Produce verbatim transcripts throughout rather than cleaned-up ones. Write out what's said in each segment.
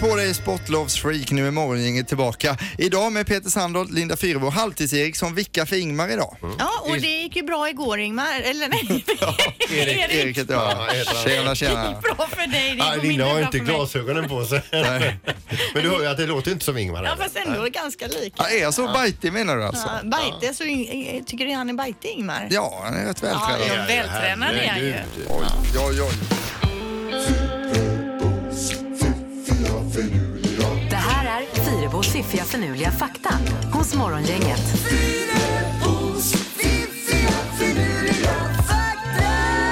på dig sportlovsfreak, nu är morgongänget tillbaka. Idag med Peter Sandholt, Linda Fyrebo och Halvtids-Erik som vickar för Ingmar idag. Mm. Ja, och det gick ju bra igår, Ingmar. Eller nej, ja, Erik. Erik, Erik heter jag. Tjena, tjena. Det gick bra för dig. Det ja, Linda har inte glasögonen på sig. Men du hör ju att det låter inte som Ingmar. Ja, fast ändå ganska lika. Ja, är jag så ja. bajtig menar du alltså? Ja, bajtig, ja. Så tycker du han är bajtig, Ingmar? Ja, han är rätt vältränad. Ja, ja, vältränad är han ju. Oj, oj, oj. Det här är Fyrebos fiffiga förnuliga fakta hos morgongänget. Fyrebos fiffiga förnuliga fakta.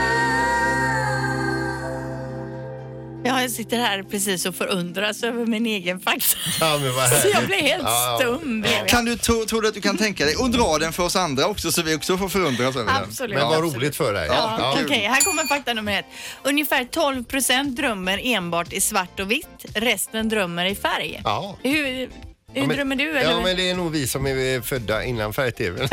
Jag sitter här precis och förundras över min egen fakta. Ja, men vad så jag blir helt ja, stum. Ja. Kan du tro, tror du att du kan tänka dig och dra den för oss andra också så vi också får förundras över den? Absolut. Men vad absolut. roligt för dig. Ja, ja. Okej, okay, här kommer fakta nummer ett. Ungefär tolv procent drömmer enbart i svart och vitt. Resten drömmer i färg. Ja. Hur, hur ja, men, drömmer du? Eller? Ja, men det är nog vi som är födda innan färg-tv.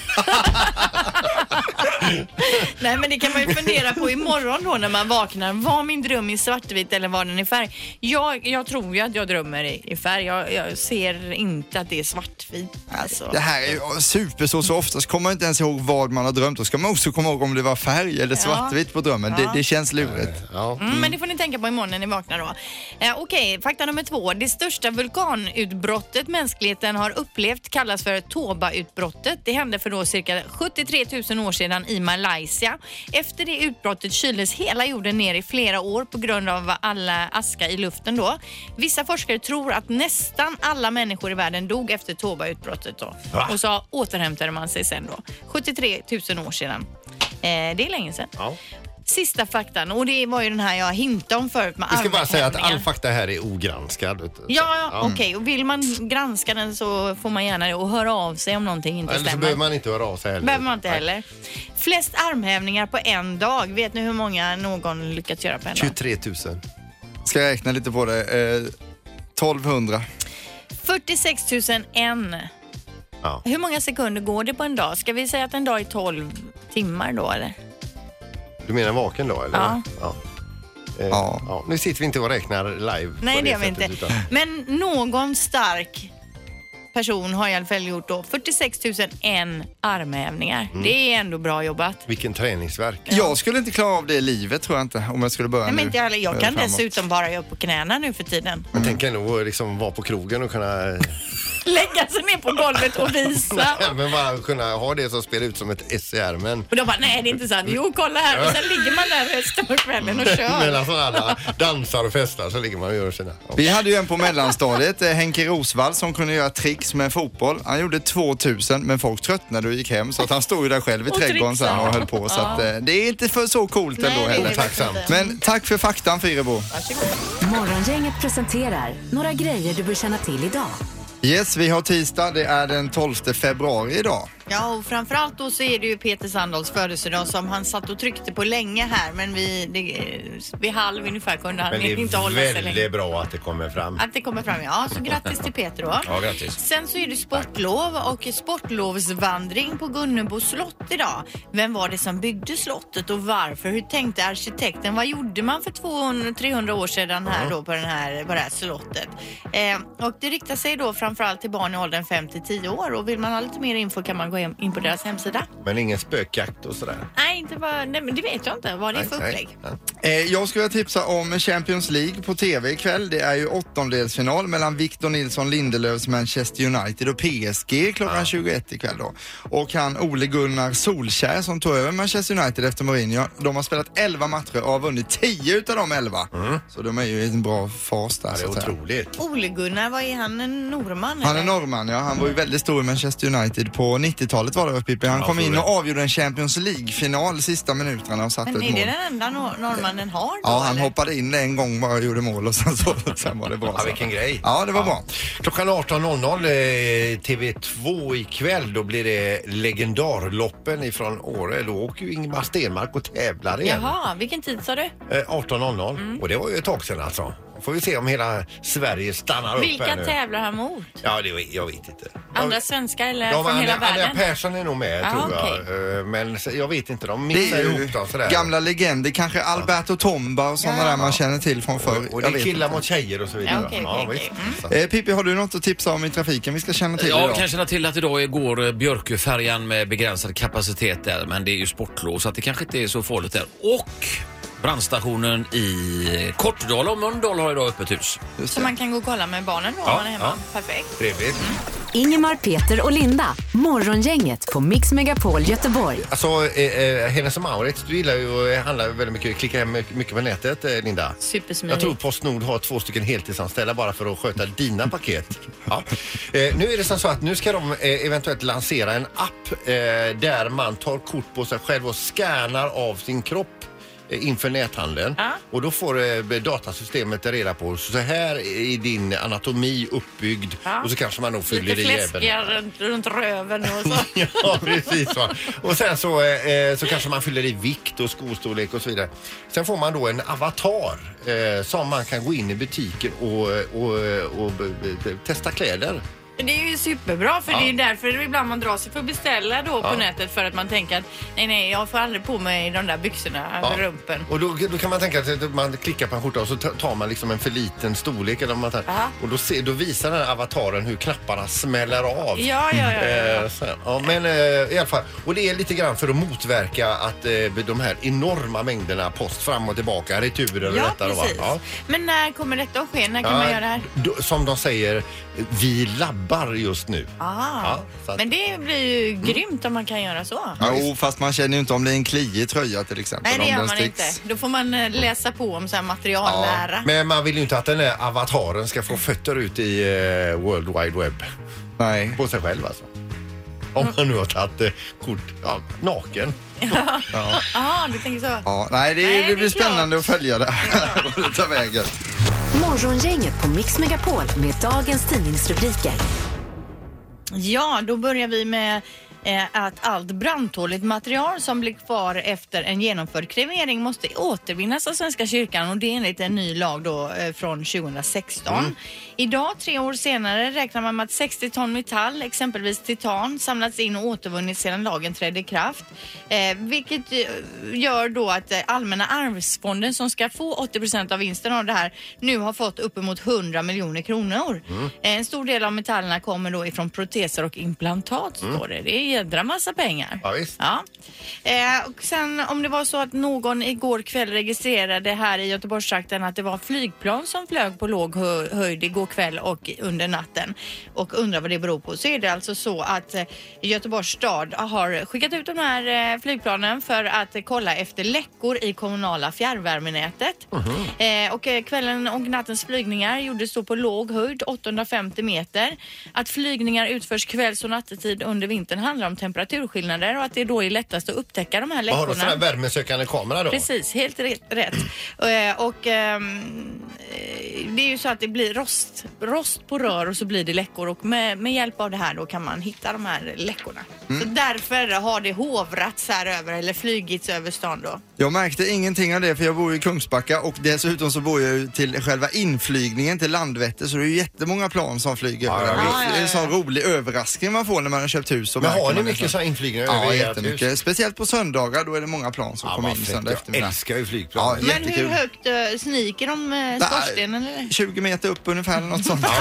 Nej, men det kan man ju fundera på imorgon då när man vaknar. Var min dröm i svartvit eller var den i färg? Jag, jag tror ju att jag drömmer i, i färg. Jag, jag ser inte att det är svartvit. Alltså. Det här är ju super så, så oftast kommer man inte ens ihåg vad man har drömt. Då ska man också komma ihåg om det var färg eller svartvitt på drömmen. Ja. Det, det känns lurigt. Ja. Mm, mm. Men det får ni tänka på imorgon när ni vaknar då. Eh, Okej, okay, fakta nummer två. Det största vulkanutbrottet mänskligheten har upplevt kallas för Toba-utbrottet. Det hände för då cirka sjuttiotre tusen år sedan i Malaysia. Efter det utbrottet kyldes hela jorden ner i flera år på grund av alla aska i luften då. Vissa forskare tror att nästan alla människor i världen dog efter Toba-utbrottet då. Va? Och så återhämtade man sig sen då. sjuttiotre tusen år sedan. Eh, det är länge sedan. Ja. Sista faktan, och det var ju den här jag hintade om förut med Vi ska bara säga att all fakta här är ogranskad. Ja, ja. okej. Okay. Och vill man granska den så får man gärna det och höra av sig om någonting inte eller stämmer. Eller så behöver man inte höra av sig heller. Behöver man inte heller. Flest armhävningar på en dag. Vet ni hur många någon lyckats göra på en dag? tjugotre tusen. Ska jag räkna lite på det? Eh, tolvhundra. fyrtiosex tusen en. Ja. Hur många sekunder går det på en dag? Ska vi säga att en dag är tolv timmar då, eller? Du menar vaken då, eller? Ja. Ja. Eh, ja. ja. Nu sitter vi inte och räknar live. Nej, det gör vi inte. Utan... Men någon stark person har i alla fall gjort då fyrtiosex tusen en armhävningar. Mm. Det är ändå bra jobbat. Vilken träningsverk. Ja. Jag skulle inte klara av det i livet, tror jag inte, om jag skulle börja. Nej, nu. Men inte jag, jag kan dessutom bara göra på knäna nu för tiden. Mm. Jag tänker nog liksom vara på krogen och kunna... lägga sig ner på golvet och visa. Nej, men bara kunna ha det som spelar ut som ett S i ärmen. Och då bara, nej det är inte sant. Jo, kolla här. Och sen ligger man där resten av kvällen och kör. Medan alla dansar och festar så ligger man och gör sina. Ja. Vi hade ju en på mellanstadiet, Henke Rosvall, som kunde göra tricks med fotboll. Han gjorde tvåtusen, men folk tröttnade och gick hem. Så att han stod ju där själv i och trädgården sen och höll på. Så att, eh, det är inte för så coolt nej, ändå heller. Tacksamt. Men tack för faktan, Fyrebo. Morgongänget presenterar några grejer du bör känna till idag. Yes, vi har tisdag. Det är den tolfte februari idag. Ja, och framförallt då så är det ju Peter Sandholts födelsedag som han satt och tryckte på länge här. Men vi, det, vid halv ungefär kunde han inte hålla sig längre. Men det är väldigt bra att det kommer fram. Att det kommer fram, ja. Så grattis till Peter då. Ja, grattis. Sen så är det sportlov och sportlovsvandring på Gunnebo slott idag. Vem var det som byggde slottet och varför? Hur tänkte arkitekten? Vad gjorde man för tvåhundra till trehundra år sedan här då på, den här, på det här slottet? Eh, och det riktar sig då framförallt till barn i åldern fem till tio år. Och vill man ha lite mer info kan man gå in på deras hemsida. Men ingen spökjakt och sådär? Nej, inte bara, nej, men det vet jag inte. Vad det är för upplägg. Eh, jag skulle tipsa om Champions League på tv ikväll. Det är ju åttondelsfinal mellan Victor Nilsson Lindelöfs Manchester United och P S G klockan ja. tjugoett ikväll då. Och han Ole Gunnar Solskjær som tog över Manchester United efter Mourinho. De har spelat elva matcher och har vunnit tio utav de elva. Mm. Så de är ju i en bra fas där. Ja, det är otroligt. Ole Gunnar, vad är han? En norrman? Han är norrman, ja. Han var ju väldigt stor i Manchester United på nittiotalet var det, Pippi. Han ja, kom in och avgjorde en Champions League-final sista minuterna och satte ett mål. Men är det den enda nor- norrmannen har då? Ja, han eller? hoppade in en gång bara och gjorde mål och sen, så, sen var det bra. Ja, vilken grej. Ja, det var ja. bra. Klockan arton noll noll eh, T V två ikväll, då blir det legendarloppen ifrån Åre. Då åker ju Ingmar Stenmark och tävlar igen. Jaha, vilken tid sa du? Eh, arton noll noll. Mm. Och det var ju ett tag sedan alltså. får vi se om hela Sverige stannar upp Vilka här nu. tävlar han mot? Ja, det, jag vet inte. Andra jag, svenskar eller de, från hela Anja, Anja världen? Persson är nog med, Ah, tror jag. okej. Eh, Men så- jag vet inte, de Det mixar är ju ihop dem sådär. gamla legender, kanske Alberto Tomba och sådana Ja. där man känner till från förr. Och, och det Jag är vet killar inte. mot tjejer och så vidare. Ja, okej, okej, okej. visst. Eh, Pippi, har du något att tipsa om i trafiken vi ska känna till Ja, idag? jag kan känna till att idag går Björköfärjan med begränsad kapacitet där, men det är ju sportlov så att det kanske inte är så farligt där. Och brandstationen i Kortedala och Mölndal har idag öppet hus. Just Så det. man kan gå och kolla med barnen då Ja, om man är hemma. ja. Perfekt. Trevligt. Ingemar, Peter och Linda. Morgongänget på Mix Megapol Göteborg. Alltså, eh, eh, Hennes och Mauritz, du gillar ju att handla väldigt mycket, klicka hem mycket, mycket på nätet, eh, Linda. Supersmidigt. Jag tror Postnord har två stycken heltidsanställda bara för att sköta dina paket. Ja. Eh, nu är det som så att nu ska de eh, eventuellt lansera en app eh, där man tar kort på sig själv och scannar av sin kropp eh, inför näthandeln. Ja. Och då får eh, datasystemet reda på så här är din anatomi uppbyggd Ja. och så kanske man nog fyller Lite i jäveln. fläskiga runt, runt röven och så. Ja, precis. Va? Och sen så, eh, så kanske man fyller i vikt och skostorlek och så vidare. Sen får man då en avatar eh, som man kan gå in i butiken och, och, och, b- b- testa kläder. Det är ju superbra för Ja. det är ju därför ibland man drar sig för att beställa då Ja. på nätet för att man tänker att nej nej jag får aldrig på mig de där byxorna över rumpen. Och då, då kan man tänka att man klickar på en skjorta och så tar man liksom en för liten storlek eller vad man tar. Ja. Och då, ser, då visar den här avataren hur knapparna smäller av. Ja, ja, ja. ja, ja. Eh, så, ja men eh, i alla fall, och det är lite grann för att motverka att eh, de här enorma mängderna post fram och tillbaka, returer och Ja, detta. då, va? precis. Ja. Men när kommer detta att ske? När kan Ja, man göra det här? då- Som de säger, vi labbar just nu. Ah. Ja, så att- Men det blir ju grymt om man kan göra så. Jo, fast man känner ju inte om det är en kliig tröja till exempel. Nej, det om gör den man sticks. inte. Då får man eh, läsa på om så här materiallära. Men man vill ju inte att den här avataren ska få fötter ut i eh, World Wide Web Nej. på sig själv alltså. Om man nu har tagit eh, kort ja, naken. Jaha, du tänker så. Ja, nej, det, Nej, det det blir är klart. spännande att följa det här och det tar vägen. Morgongänget på Mix Megapol med dagens tidningsrubriker. Ja, då börjar vi med eh, att allt brandtåligt material som blir kvar efter en genomförd kremering måste återvinnas av Svenska kyrkan och det är enligt en ny lag då eh, från tjugohundrasexton. Mm. Idag, tre år senare, räknar man med att sextio ton metall, exempelvis titan, samlats in och återvunnits sedan lagen trädde i kraft. Eh, vilket eh, gör då att eh, Allmänna arvsfonden som ska få åttio procent av vinsten av det här nu har fått uppemot hundra miljoner kronor. Mm. Eh, en stor del av metallerna kommer då ifrån proteser och implantat, står det. Det är en jädra massa pengar. Mm. Ja, visst. Ja. Eh, och sen om det var så att någon igår kväll registrerade här i Göteborgstrakten att det var flygplan som flög på låg hö- höjd igår kväll och under natten och undrar vad det beror på, så är det alltså så att eh, Göteborgs stad har skickat ut de här eh, flygplanen för att eh, kolla efter läckor i kommunala fjärrvärmenätet. Eh, och eh, kvällen och nattens flygningar gjordes då på låg höjd, åttahundrafemtio meter. Att flygningar utförs kvälls- och nattetid under vintern handlar om temperaturskillnader och att det då är lättast att upptäcka de här Vad har du läckorna. för en värmesökande kamera då? Precis, helt rätt. rätt. Eh, och ehm, eh, det är ju så att det blir rost, rost på rör och så blir det läckor och med, med hjälp av det här då kan man hitta de här läckorna. Så därför har det hovrats här över eller flygits över stan då. Jag märkte ingenting av det för jag bor i Kungsbacka och dessutom så bor jag ju till själva inflygningen till Landvetter så det är ju jättemånga plan som flyger Ja, över. ja, visst. Det är en sån rolig överraskning man får när man har köpt hus. Och Men märker har ni man det mycket så. så här inflygningar Ja, över ert jättemycket. hus? Speciellt på söndagar då är det många plan som Ja, kommer vad in fett. söndag Jag eftermiddag. älskar ju flygplan. Ja, Men jättekul. hur högt uh, sniker de uh, skorstenen eller? tjugo meter upp ungefär eller något sånt.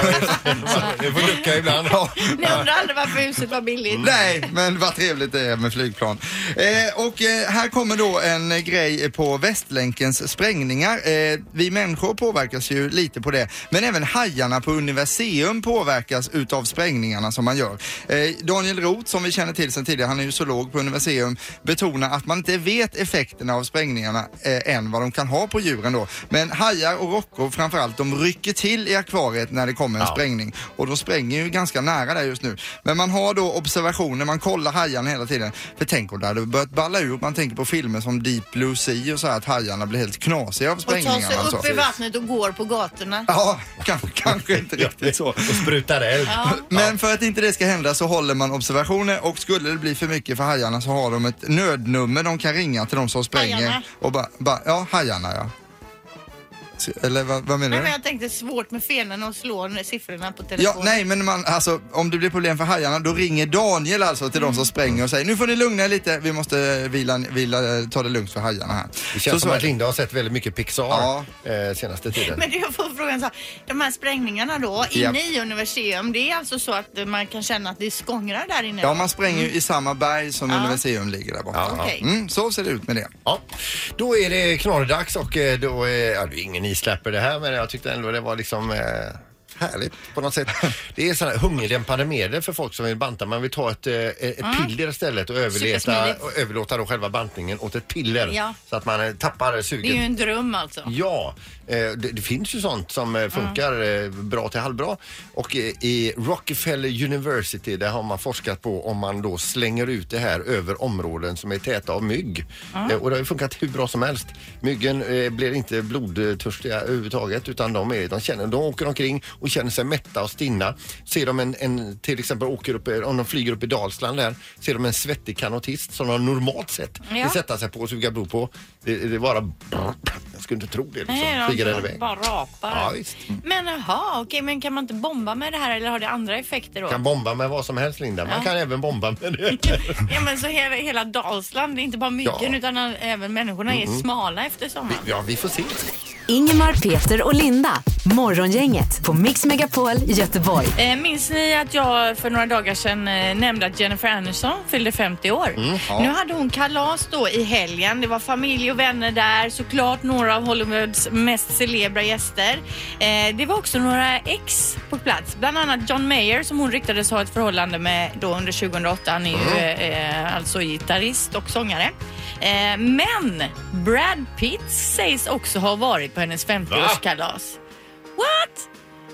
Det får lucka ibland. Ja. Ni undrar aldrig varför huset var billigt. Nej, men vad trevligt det är med flygplan. Eh, och eh, här kommer då en eh, grej på Västlänkens sprängningar. Eh, vi människor påverkas ju lite på det, men även hajarna på Universium påverkas utav sprängningarna som man gör. Eh, Daniel Roth, som vi känner till sedan tidigare, han är ju zoolog på Universium, betonar att man inte vet effekterna av sprängningarna eh, än vad de kan ha på djuren då. Men hajar och rockor framförallt, de rycker till i akvariet när det kommer en Ja. sprängning och de spränger ju ganska nära där just nu. Men man har då observationer, man kollar hajarna hela tiden. För tänk om det hade börjat balla ur, man tänker på filmer som Deep Blue Sea och så här, att hajarna blir helt knasiga av Och tar sig sprängningarna. och upp så. i vattnet och går på gatorna. Ja, kan, kanske inte riktigt så. Och sprutar eld. Men för att inte det ska hända så håller man observationer och skulle det bli för mycket för hajarna så har de ett nödnummer de kan ringa till de som spränger. Hajarna? Och bara, ba, ja, hajarna ja. Eller vad, vad menar Nej, du? men jag tänkte svårt med felen och slå siffrorna på Ja, telefonen. nej men man, alltså, om det blir problem för hajarna då ringer Daniel alltså till de som spränger och säger nu får ni lugna er lite, vi måste vila, vila, ta det lugnt för hajarna här. Det känns så, som så att Linda har sett väldigt mycket Pixar Ja. eh, senaste tiden. Men jag får frågan så här, de här sprängningarna då, Ja. inne i universum, det är alltså så att man kan känna att det skångrar där inne? Ja, man spränger ju i samma berg som Ja. Universum ligger där borta. Ja. Okej. Mm, så ser det ut med det. Ja, då är det knorrdags och eh, då är ja, det är ingen isläpper det här men jag tyckte ändå det var liksom eh, härligt på något sätt. Det är sådana hungerdämpande medel för folk som vill banta. Man vill ta ett, eh, ett piller istället och överleta, Supersmidigt. och överlåta då själva bantningen åt ett piller Ja. så att man eh, tappar Det är suget. ju en dröm alltså. Ja, eh, det, det finns ju sånt som eh, funkar eh, bra till halvbra. Och eh, i Rockefeller University där har man forskat på om man då slänger ut det här över områden som är täta av mygg. Eh, och det har ju funkat hur bra som helst. Myggen eh, blir inte blodtörstiga överhuvudtaget utan de, är, de, känner, de åker omkring och känner sig mätta och stinna. Ser de en, en till exempel åker upp, om de flyger upp i Dalsland där, ser de en svettig kanotist som de normalt sett Ja. vill sätta sig på och suga blod på. Det, det är bara... Jag skulle inte tro det. Liksom. Nej, Flyger den de iväg. bara rapar. Ja, visst. Men jaha, okej, men kan man inte bomba med det här eller har det andra effekter då? Kan bomba med vad som helst, Linda. Man Ja. kan även bomba med det. Ja, men så hela, hela Dalsland, det är inte bara myggen Ja. utan även människorna är smala efter sommaren. Ja, vi får se. Ingemar, Peter och Linda. Morgongänget på Mix Megapol Göteborg. Eh, minns ni att jag för några dagar sedan eh, nämnde att Jennifer Aniston fyllde femtio år? ja. Nu hade hon kalas då i helgen. Det var familj och vänner där. Såklart några av Hollywoods mest celebra gäster. Eh, det var också några ex på plats. Bland annat John Mayer som hon ryktades ha ett förhållande med då under tjugohundraåtta. Han är ju eh, alltså gitarrist och sångare. Eh, men Brad Pitt sägs också ha varit på hennes femtioårskalas. What?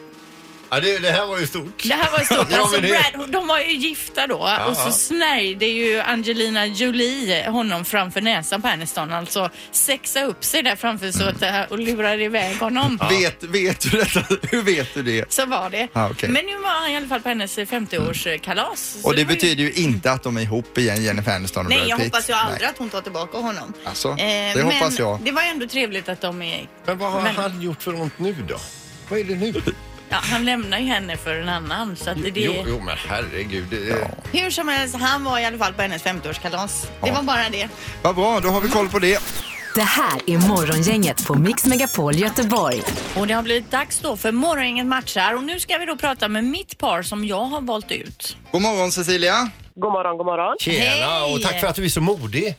Ja, det, det här var ju stort. Det här var stort. Ja, Alltså men det- Brad, de var ju gifta då och så ja. snärjde ju Angelina Jolie honom framför näsan på Aniston. Alltså sexa upp sig där framför så att, äh, och lurade iväg honom. Vet, vet du detta? Hur vet du det? Så var det. Ah, okej. Men nu var han i alla fall på hennes femtioårskalas. Så Och det var ju- betyder ju inte att de är ihop igen, Jennifer Aniston och Nej, Brad jag Pitt. hoppas ju aldrig Nej. att hon tar tillbaka honom. Alltså, Eh, det men hoppas jag. det var ju ändå trevligt att de är... Men vad har Men- han gjort för ont nu då? Vad är det nu? Ja, han lämnar ju henne för en annan. Så att det... Jo, jo, men herregud. Det, Hur som helst, han var i alla fall på hennes femtioårskalas. Det var bara det. Vad bra, då har vi koll på det. Det här är Morgongänget på Mix Megapol Göteborg. Och det har blivit dags då för morgongänget matchar. Och nu ska vi då prata med mitt par som jag har valt ut. God morgon Cecilia. God morgon, god morgon. tjena, Hej! och tack för att du är så modig.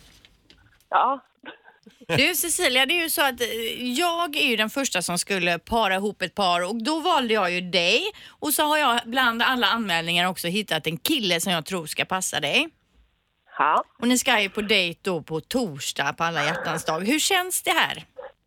Ja, Du Cecilia, det är ju så att eh, jag är ju den första som skulle para ihop ett par och då valde jag ju dig. Och så har jag bland alla anmälningar också hittat en kille som jag tror ska passa dig. ja. Och ni ska ju på dejt då på torsdag på alla hjärtans dag. Hur känns det här?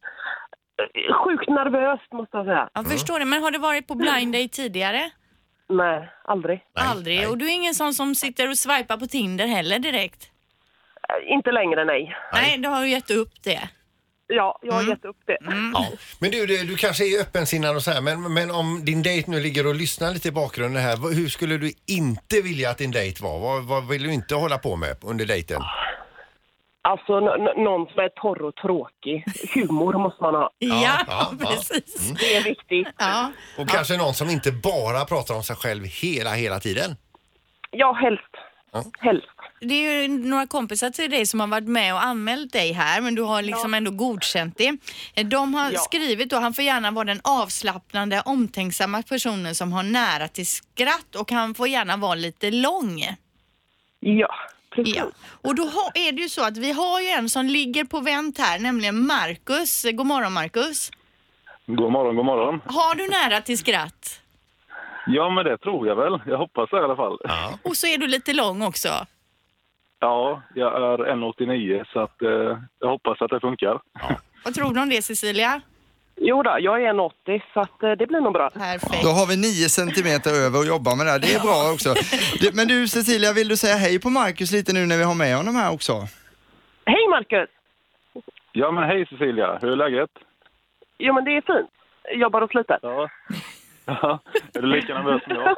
Sjukt nervöst måste jag säga. Jag förstår det, men har det varit på blind date tidigare? Nej, aldrig. Nej, Aldrig. nej. Och du är ingen sån som sitter och swipar på Tinder heller direkt? Äh, Inte längre, nej. Nej, du har ju gett upp det. Ja, jag har gett upp det. Ja. Men du, du, du kanske är öppensinnad och så här, men, men om din dejt nu ligger och lyssnar lite i bakgrunden här, vad- hur skulle du inte vilja att din dejt var? Vad, vad vill du inte hålla på med under dejten? Alltså, n- n- någon som är torr och tråkig. Humor måste man ha. Ja, ja, ja. precis. Det är viktigt. Ja. Och kanske någon som inte bara pratar om sig själv hela, hela tiden. Ja, helst. Ja. Helst. Det är ju några kompisar till dig som har varit med och anmält dig här, men du har liksom ändå godkänt det. De har Ja. skrivit då, han får gärna vara den avslappnande, omtänksamma personen som har nära till skratt och han får gärna vara lite lång. Ja, precis. Ja. Och då har, är det ju så att vi har ju en som ligger på vänt här, nämligen Marcus. God morgon Marcus. God morgon, god morgon. Har du nära till skratt? Ja, men det tror jag väl. Jag hoppas det i alla fall. Ja. Och så är du lite lång också. Ja, jag är en komma åttionio så att, eh, jag hoppas att det funkar. Vad tror du om det Cecilia? Jo då, jag är en komma åttio så att eh, det blir nog bra. Perfekt. Då har vi nio centimeter över att jobba med det här. Det är bra också. Du, men du Cecilia, vill du säga hej på Marcus lite nu när vi har med honom här också? Hej Marcus! Ja, men hej Cecilia. Hur är läget? Jo men det är fint. Jag jobbar och sliter. Ja. Ja, är du lika nervös som jag?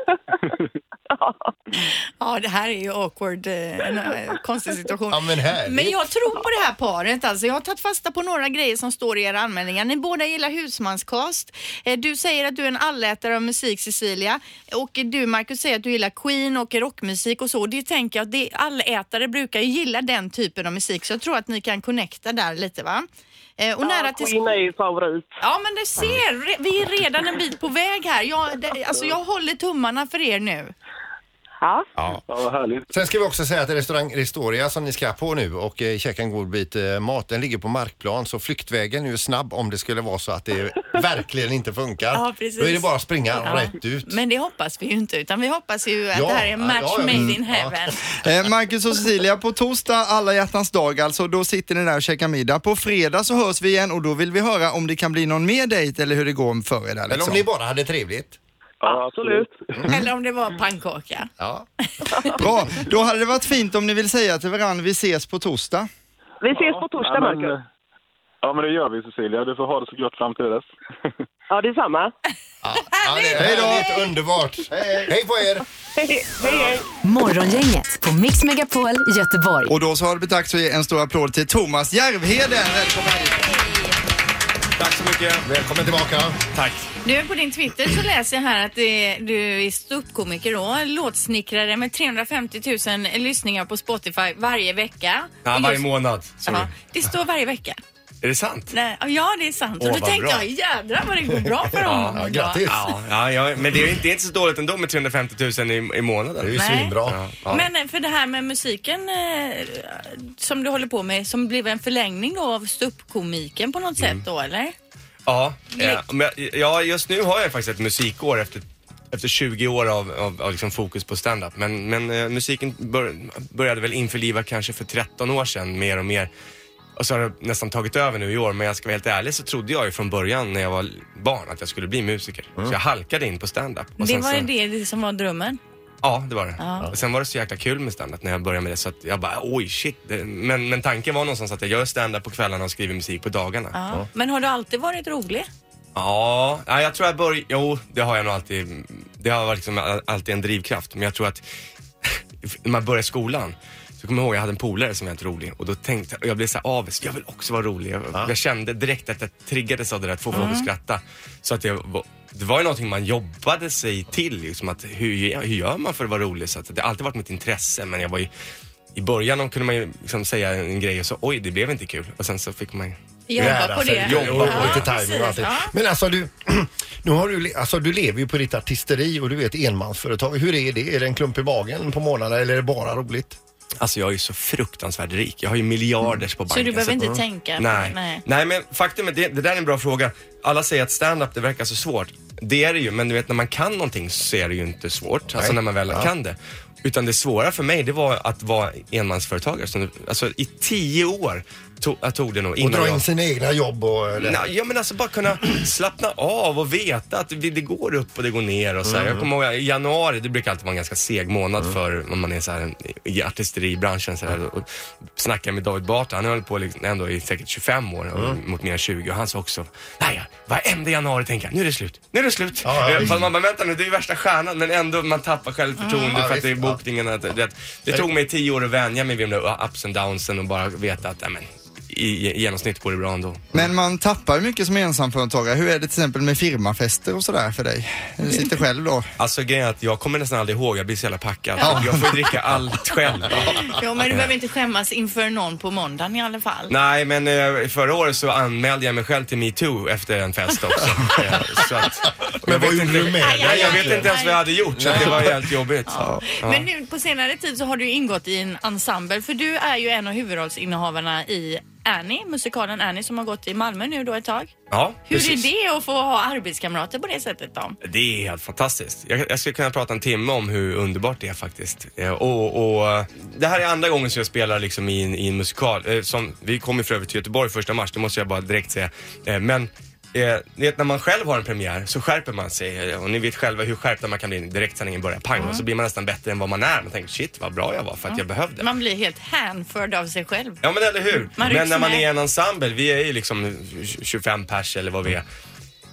Ja, det här är ju awkward, eh, en eh, konstig situation. Ja, men härligt. Men jag tror på det här paret. Alltså, jag har tagit fasta på några grejer som står i era anmälningar. Ni båda gillar husmanskost. Eh, Du säger att du är en allätare av musik, Cecilia. Och du, Marcus, säger att du gillar Queen och rockmusik och så. Det tänker jag att det, allätare brukar ju gilla den typen av musik. Så jag tror att ni kan connecta där lite, va? Eh, och Ja, nära till... Queen är ju favorit. Ja, men det ser, re- vi är redan en bit på väg här. Jag, det, alltså, jag håller tummarna för er nu. Ja. Ja. Ja, vad härligt. Sen ska vi också säga att restaurang Restoria som ni ska på nu och eh, käka en god bit eh, mat, den ligger på markplan, så flyktvägen är ju snabb om det skulle vara så att det verkligen inte funkar. Ja, precis. Då är det bara att springa Ja. rätt ut. Men det hoppas vi ju inte, utan vi hoppas ju att Ja, det här är en match ja, ja, made mm, in heaven. Eh, Marcus och Cecilia, på torsdag alla hjärtans dag alltså, då sitter ni där och käkar middag. På fredag så hörs vi igen och då vill vi höra om det kan bli någon mer dejt eller hur det går för er där Eller liksom. om ni bara hade trevligt. Ja, Absolut. Eller om det var pannkaka. Ja. Bra, då hade det varit fint om ni vill säga till varandra vi ses på torsdag. Vi ses på torsdag, Ja, men, Marcus. eh, ja, men det gör vi, Cecilia. Du får ha det så gott fram till dess. Ja, det är samma. Ja, det är Hej då. härligt, underbart. Hej. Hej på er. Hej, hej, hej. Morgongänget på Mix Megapol Göteborg. Och då så har det blivit dags att ge en stor applåd till Thomas Järvheden. Välkommen hit. Tack så mycket. Välkommen tillbaka. Tack. Nu på din Twitter så läser jag här att det, du är ståuppkomiker då, låtsnickrare med trehundrafemtio tusen lyssningar på Spotify varje vecka. Ja, Och varje just- månad. Sorry. Ja, det står varje vecka. Är det sant? Nej, ja, det är sant. Åh, och då vad tänkte bra. jag, jädrar vad det går bra för dem. Ja, grattis. Ja, ja, ja, men det är inte, det är inte så dåligt ändå med trehundrafemtio tusen i, i månaden. Det är ju Nej. svinbra. Ja, ja. Men för det här med musiken eh, som du håller på med, som blev en förlängning då av ståuppkomiken på något sätt då, eller? Ja, ja, men, ja, just nu har jag faktiskt ett musikår efter, efter tjugo år av, av, av liksom fokus på stand-up. Men, men eh, musiken bör, började väl införliva kanske för tretton år sedan mer och mer. Och så har det nästan tagit över nu i år, men jag ska vara helt ärlig så trodde jag ju från början när jag var barn att jag skulle bli musiker. Så jag halkade in på stand-up. Och Det sen var så, ju det som var drömmen. Ja, det var det. Ja. Och sen var det så jäkla kul med stand-up när jag började med det, så att jag bara, oj shit. Det, men, men tanken var någonstans att jag gör stand-up på kvällarna och skriver musik på dagarna. Ja. Ja, Men har du alltid varit rolig? ja nej, jag tror jag började, jo det har jag nog alltid, det har varit liksom alltid en drivkraft. Men jag tror att när man börjar skolan så kommer jag ihåg jag hade en polare som var helt rolig och då tänkte jag, jag blev så här avis, jag vill också vara rolig. Jag, Ja. jag kände direkt att jag triggades av det där att få folk att skratta. Så att jag var, det var ju någonting man jobbade sig till liksom, att hur, hur gör man för att vara rolig, så att det har alltid varit mitt intresse, men jag var ju i början kunde man ju liksom säga en grej och så oj det blev inte kul och sen så fick man Jobba Lära på sig, det. Jobba och Ja, lite timing precis. och allting. Ja. Men alltså du, nu har du, alltså du lever ju på ditt artisteri och du är ett enmansföretag. Hur är det? Är det en klump i magen på månaderna eller är det bara roligt? Alltså jag är ju så fruktansvärt rik. Jag har ju miljarders på banken. Så du behöver att- inte tänka? Nej. Nej. Nej, men faktum är, det, det där är en bra fråga. Alla säger att stand-up det verkar så svårt. Det är det ju, men du vet när man kan någonting så är det ju inte svårt. Alltså Nej. när man väl Ja. kan det. Utan det svåra för mig det var att vara enmansföretagare. Så, alltså i tio år tog, jag tog det nog Och innan dra in jag... sina egna jobb och... eller- Nej, ja men alltså bara kunna slappna av och veta att det, det går upp och det går ner och så här. Jag kommer ihåg i januari, det brukar alltid vara en ganska seg månad för om man är så här i artisteribranschen så här, och snackar med David Batra. Han har hållit på liksom ändå i säkert tjugofem år och mot mer än tjugo och han sa också, nej varenda januari tänker jag, nu är det slut, nu är det slut. Ja, ja. Eh, Fast man bara, vänta nu, det är ju värsta stjärnan men ändå man tappar självförtroende Ja, för att det är visst, ja. bokningen. Att, det, det tog mig tio år att vänja mig vid de där ups and downsen och bara veta att, ja men i, i genomsnitt går det bra ändå. Men man tappar mycket som ensamföretagare. Hur är det till exempel med firmafester och sådär för dig? Du sitter själv då. Alltså grejen är att jag kommer nästan aldrig ihåg, jag blir så jävla packad. Jag får dricka allt själv. Jo, men du behöver inte skämmas inför någon på måndagen i alla fall. Nej, men eh, förra året så anmälde jag mig själv till MeToo efter en fest också. Eh, så att, Men jag vad vet gjorde inte- du med Aj, det? Nej, jag vet aj, inte ens vad jag hade gjort så att det var helt jobbigt. Ja. Men nu på senare tid så har du ingått i en ensemble, för du är ju en av huvudrollsinnehavarna i Annie, musikalen Annie som har gått i Malmö nu då ett tag. Ja, Hur precis. är det att få ha arbetskamrater på det sättet då? Det är helt fantastiskt. Jag, jag skulle kunna prata en timme om hur underbart det är faktiskt. Eh, och, och, eh, det här är andra gången som jag spelar liksom i, en- i en musikal. Eh, som, vi kommer för över till Göteborg första mars, det måste jag bara direkt säga. Eh, men eh, ni vet, när man själv har en premiär så skärper man sig. Eh, och ni vet själva hur skärpta man kan bli. Direktsändningen börjar pang och så blir man nästan bättre än vad man är. Man tänker shit vad bra jag var för att jag behövde. Man blir helt hänförd av sig själv. Ja men eller hur. Man rycks Men när man med. är en ensemble, vi är ju liksom tjugofem pers eller vad vi är.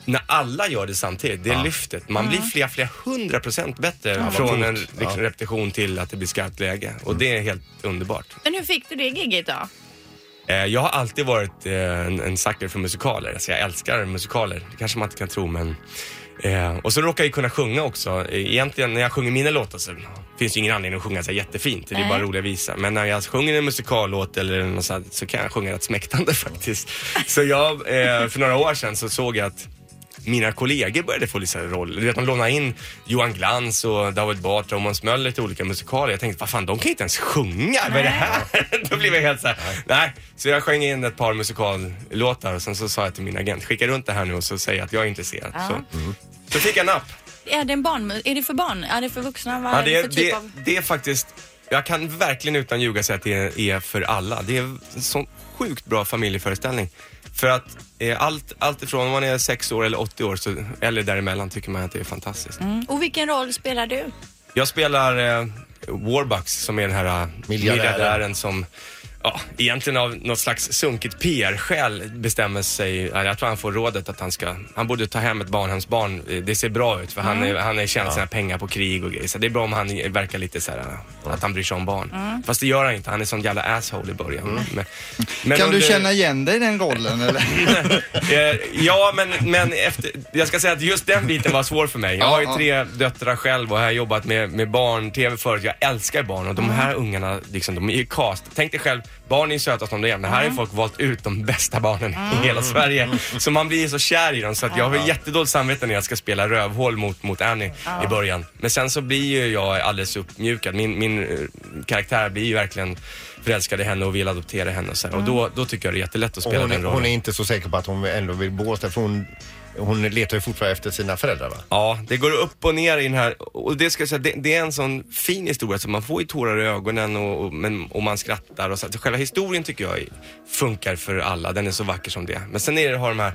när alla gör det samtidigt, det är Ja. lyftet. Man Mm. blir flera, flera hundra procent bättre vad från coolt. en liksom, Ja. repetition till att det blir skarpt läge. Och det är helt underbart. Men hur fick du det giget då? Eh, jag har alltid varit eh, en, en sucker för musikaler. Alltså jag älskar musikaler. Det kanske man inte kan tro, men... Eh, och så råkar jag kunna sjunga också. Eh, Egentligen när jag sjunger mina låtar så finns det ingen anledning att sjunga så här jättefint. Det är Nej. bara roliga visor. Men när jag sjunger en musikallåt eller något så, här, så kan jag sjunga rätt smäktande faktiskt. Så jag, eh, för några år sedan så såg jag att mina kollegor började få lite roll. Du vet, de lånade in Johan Glans och David Batra och Måns Möller till olika musikaler. Jag tänkte, vad fan, de kan inte ens sjunga. Vad är det här? Då blev jag helt så här, nej. Så jag sjöng in ett par musikallåtar och sen så sa jag till min agent, skicka runt det här nu och så säger jag att jag är intresserad. Ja. Så, så fick jag napp. Är det en barn? Är det för barn? Är det för vuxna? Vad Ja, är det, det är, för typ det, av... det är faktiskt, jag kan verkligen utan ljuga säga att det är, är för alla. Det är en sån sjukt bra familjeföreställning. För att eh, allt, allt ifrån om man är sex år eller åttio år så, eller däremellan tycker man att det är fantastiskt. Mm. Och vilken roll spelar du? Jag spelar eh, Warbucks som är den här eh, Miljardären. miljardären som ja, egentligen av något slags sunkigt P R-skäl bestämmer sig, ja, jag tror han får rådet att han ska, han borde ta hem ett barnhemsbarn, det ser bra ut för han är, han är tjänat sina pengar på krig och grejer, så det är bra om han verkar lite så här, att han bryr sig om barn. Mm. Fast det gör han inte, han är sån jävla asshole i början. Mm. Men, men Kan under, du känna igen dig i den rollen eller? eh, ja, men, men efter, jag ska säga att just den biten var svår för mig. Jag har ju Ja, tre döttrar själv och jag har jobbat med, med barn-tv förut. Jag älskar barn och de här ungarna, liksom, de är ju cast. Tänk dig själv, barn är ju sötast som det är, men här har folk valt ut de bästa barnen i hela Sverige. Så man blir så kär i dem så att jag har jättedåligt samvete när jag ska spela rövhål mot, mot Annie i början. Men sen så blir ju jag alldeles uppmjukad. Min, min uh, karaktär blir ju verkligen förälskad i henne och vill adoptera henne och så här. Och då, då tycker jag det är jättelätt att Och spela hon, den är, rollen. hon är inte så säker på att hon ändå vill båsta, för hon, hon letar ju fortfarande efter sina föräldrar, va? Ja, det går upp och ner i den här, och det ska jag säga, det, det är en sån fin historia så man får ju tårar i ögonen och, och, men, och man skrattar och så. Så själva historien tycker jag funkar för alla, den är så vacker som det. Men sen är det, har de här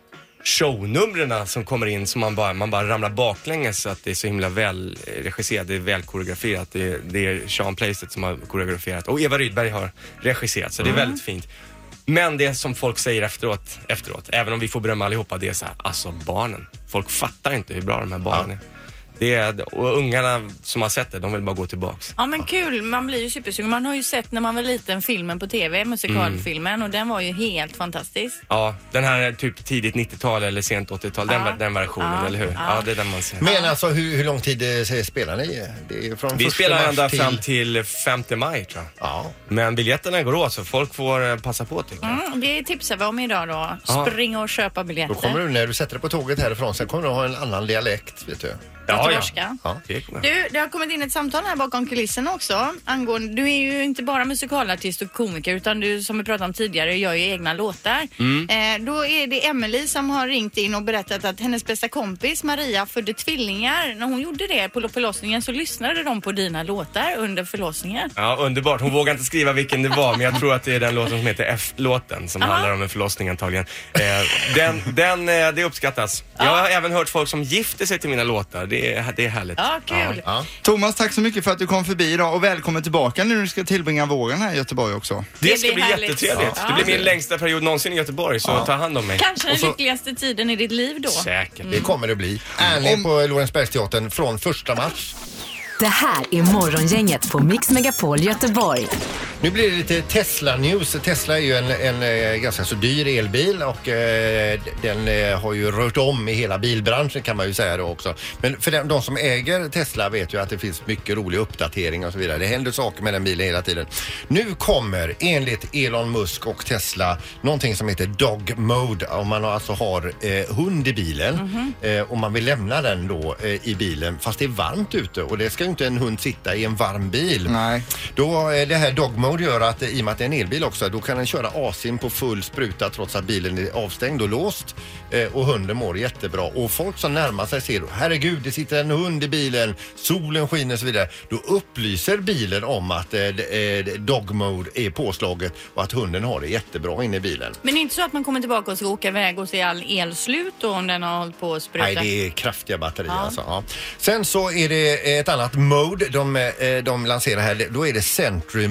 shownumren som kommer in som man bara, man bara ramlar baklänges så att det är så himla väl regisserat, det är väl koreograferat. Det, det är Sean Playstead som har koreograferat och Eva Rydberg har regisserat, så det är väldigt fint. Men det som folk säger efteråt, efteråt, även om vi får berömma allihopa, det är så här, alltså barnen. Folk fattar inte hur bra de här barnen är. Det är. Och ungarna som har sett det, de vill bara gå tillbaks. Ja men kul, man blir ju supersugen. Man har ju sett när man var liten filmen på tv, musikalfilmen, Mm. och den var ju helt fantastisk. Ja, den här är typ tidigt nittiotal eller sent åttiotal, Ja. den, den versionen, Ja. eller hur? Ja. Ja. det är den man ser. Men alltså hur, hur lång tid eh, spelar ni? Det är från Vi första spelar mars ända till... fram till femte maj tror jag. Ja. Men biljetterna går åt så folk får eh, passa på tycker jag. Mm, det tipsar vi om idag då. Ja. Spring och köpa biljetter. Då kommer du, när du sätter dig på tåget härifrån, sen kommer du ha en annan dialekt, vet du. Göteborgska. Ja. Det kommer jag. Du, det har kommit in ett samtal här bakom kulisserna också. Angående, du är ju inte bara musikalartist och komiker utan du, som vi pratade om tidigare, gör ju egna låtar. Mm. Eh, då är det Emily som har ringt in och berättat att hennes bästa kompis Maria födde tvillingar. När hon gjorde det på förlossningen så lyssnade de på dina låtar under förlossningen. Ja, underbart. Hon vågar inte skriva vilken det var, men jag tror att det är den låten som heter F-låten som Aha. handlar om en förlossning antagligen. Eh, den, den, eh, det uppskattas. Jag har även hört folk som gifter sig till mina låtar. Det är, det är härligt. Ja, kul. Ja. Thomas, tack så mycket för att du kom förbi idag och välkommen tillbaka nu när du ska tillbringa våren här i Göteborg också. Det, Det ska blir bli härligt. jättetrevligt. Ja. Det blir min längsta period någonsin i Göteborg, så ta hand om mig. Kanske den Och så- lyckligaste tiden i ditt liv då. Säkert. Det kommer det bli. Annie Om- på Lorensbergsteatern från första mars. Det här är Morgongänget på Mix Megapol Göteborg. Nu blir det lite Tesla-news. Tesla är ju en, en, eh, ganska så dyr elbil och eh, den eh, har ju rört om i hela bilbranschen kan man ju säga då också. Men för de, de som äger Tesla vet ju att det finns mycket roliga uppdateringar och så vidare. Det händer saker med den bilen hela tiden. Nu kommer enligt Elon Musk och Tesla någonting som heter Dog Mode. Om man alltså har eh, hund i bilen Mm-hmm. eh, och man vill lämna den då eh, i bilen fast det är varmt ute och det ska ju inte en hund sitta i en varm bil. Nej. Då eh, det här Dog Mode gör att eh, i och med att det är en elbil också, då kan den köra asin på full spruta trots att bilen är avstängd och låst eh, och hunden mår jättebra. Och folk som närmar sig ser, herregud det sitter en hund i bilen, solen skiner och så vidare. Då upplyser bilen om att eh, eh, Dog Mode är påslaget och att hunden har det jättebra inne i bilen. Men det är inte så att man kommer tillbaka och ska åka iväg och se all el slut då om den har hållit på att spruta? Nej, det är kraftiga batterier Ja. alltså. Ja. Sen så är det ett annat mode de, eh, de lanserar här. Då är det Sentry Mode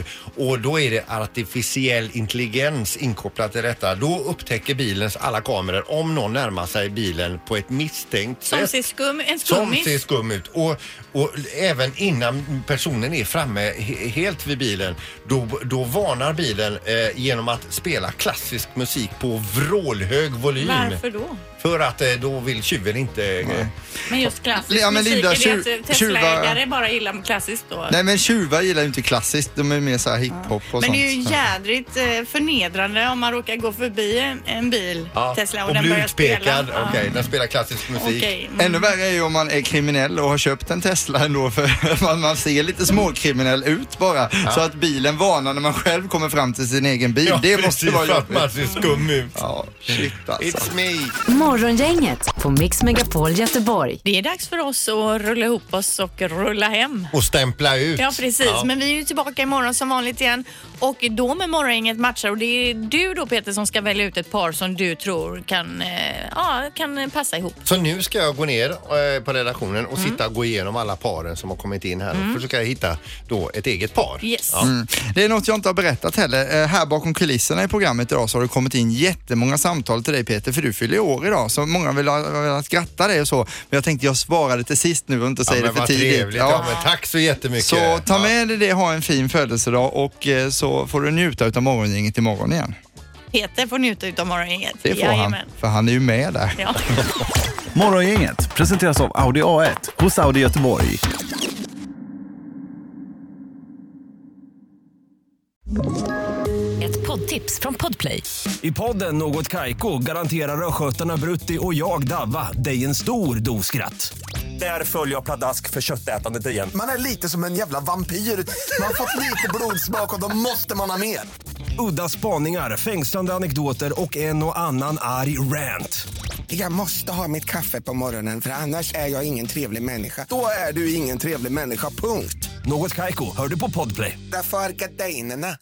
och då är det artificiell intelligens inkopplat i detta. Då upptäcker bilens alla kameror om någon närmar sig bilen på ett misstänkt Som sätt. ser skum, en Som skummis. ser skum ut. Och, och även innan personen är framme he- helt vid bilen, då, då varnar bilen eh, genom att spela klassisk musik på vrålhög volym. Varför då? För att eh, då vill tjuven inte... Eh, Men just klassisk Ja, men musik, Linda, är det tjuv- att Tesla-ägare bara gillar klassiskt då? Nej, men tjuvar gillar ju inte klassiskt. De är mer så här hiphop och Men sånt. det är ju jädrigt eh, förnedrande om man råkar gå förbi en, en bil, ja, Tesla, och, och den blir börjar utpekad. spela. Okej, Ja. den spelar klassisk musik. Okej, mm. Ännu värre är ju om man är kriminell och har köpt en Tesla ändå, för man, man ser lite småkriminell ut bara. Så att bilen varnar när man själv kommer fram till sin egen bil. Ja, det precis, måste vara för att jobbigt. man ser skum ut. Ja, shit alltså. It's me. Morgongänget på Mix Megapol Göteborg. Det är dags för oss att rulla ihop oss och rulla hem. Och stämpla ut. Ja, precis. Ja. Men vi är ju tillbaka imorgon som vanligt igen. Och då med morgongänget matchar. Och det är du då, Peter, som ska välja ut ett par som du tror kan, eh, ja, kan passa ihop. Så nu ska jag gå ner eh, på redaktionen och sitta och gå igenom alla paren som har kommit in här och försöka hitta då ett eget par. Yes. Ja. Mm. Det är något jag inte har berättat heller. Eh, här bakom kulisserna i programmet idag så har det kommit in jättemånga samtal till dig, Peter, för du fyller år idag. Så många vill ha, vill ha skratta dig och så. Men jag tänkte jag svarade till sist nu och inte säga Ja, det men för vad tidigt. trevligt. Ja. men tack så jättemycket. Så ta Ja. med dig det, ha en fin födelsedag och eh, så får du njuta utav morgongänget imorgon igen. Peter får njuta utav morgongänget. Det får han, Jajamän. för han är ju med där. Ja. Morgongänget presenteras av Audi A ett hos Audi Göteborg. Ett poddtips från Podplay. I podden Något Kaiko garanterar östgötarna Brutti och jag Davva dig en stor dos skratt. Där följer jag pladask för köttätandet igen. Man är lite som en jävla vampyr. Man har fått lite blodsmak och då måste man ha mer. Udda spaningar, fängslande anekdoter och en och annan arg rant. Jag måste ha mitt kaffe på morgonen för annars är jag ingen trevlig människa. Då är du ingen trevlig människa, punkt. Något Kaiko, hör du på Podplay. Därför är gardinerna.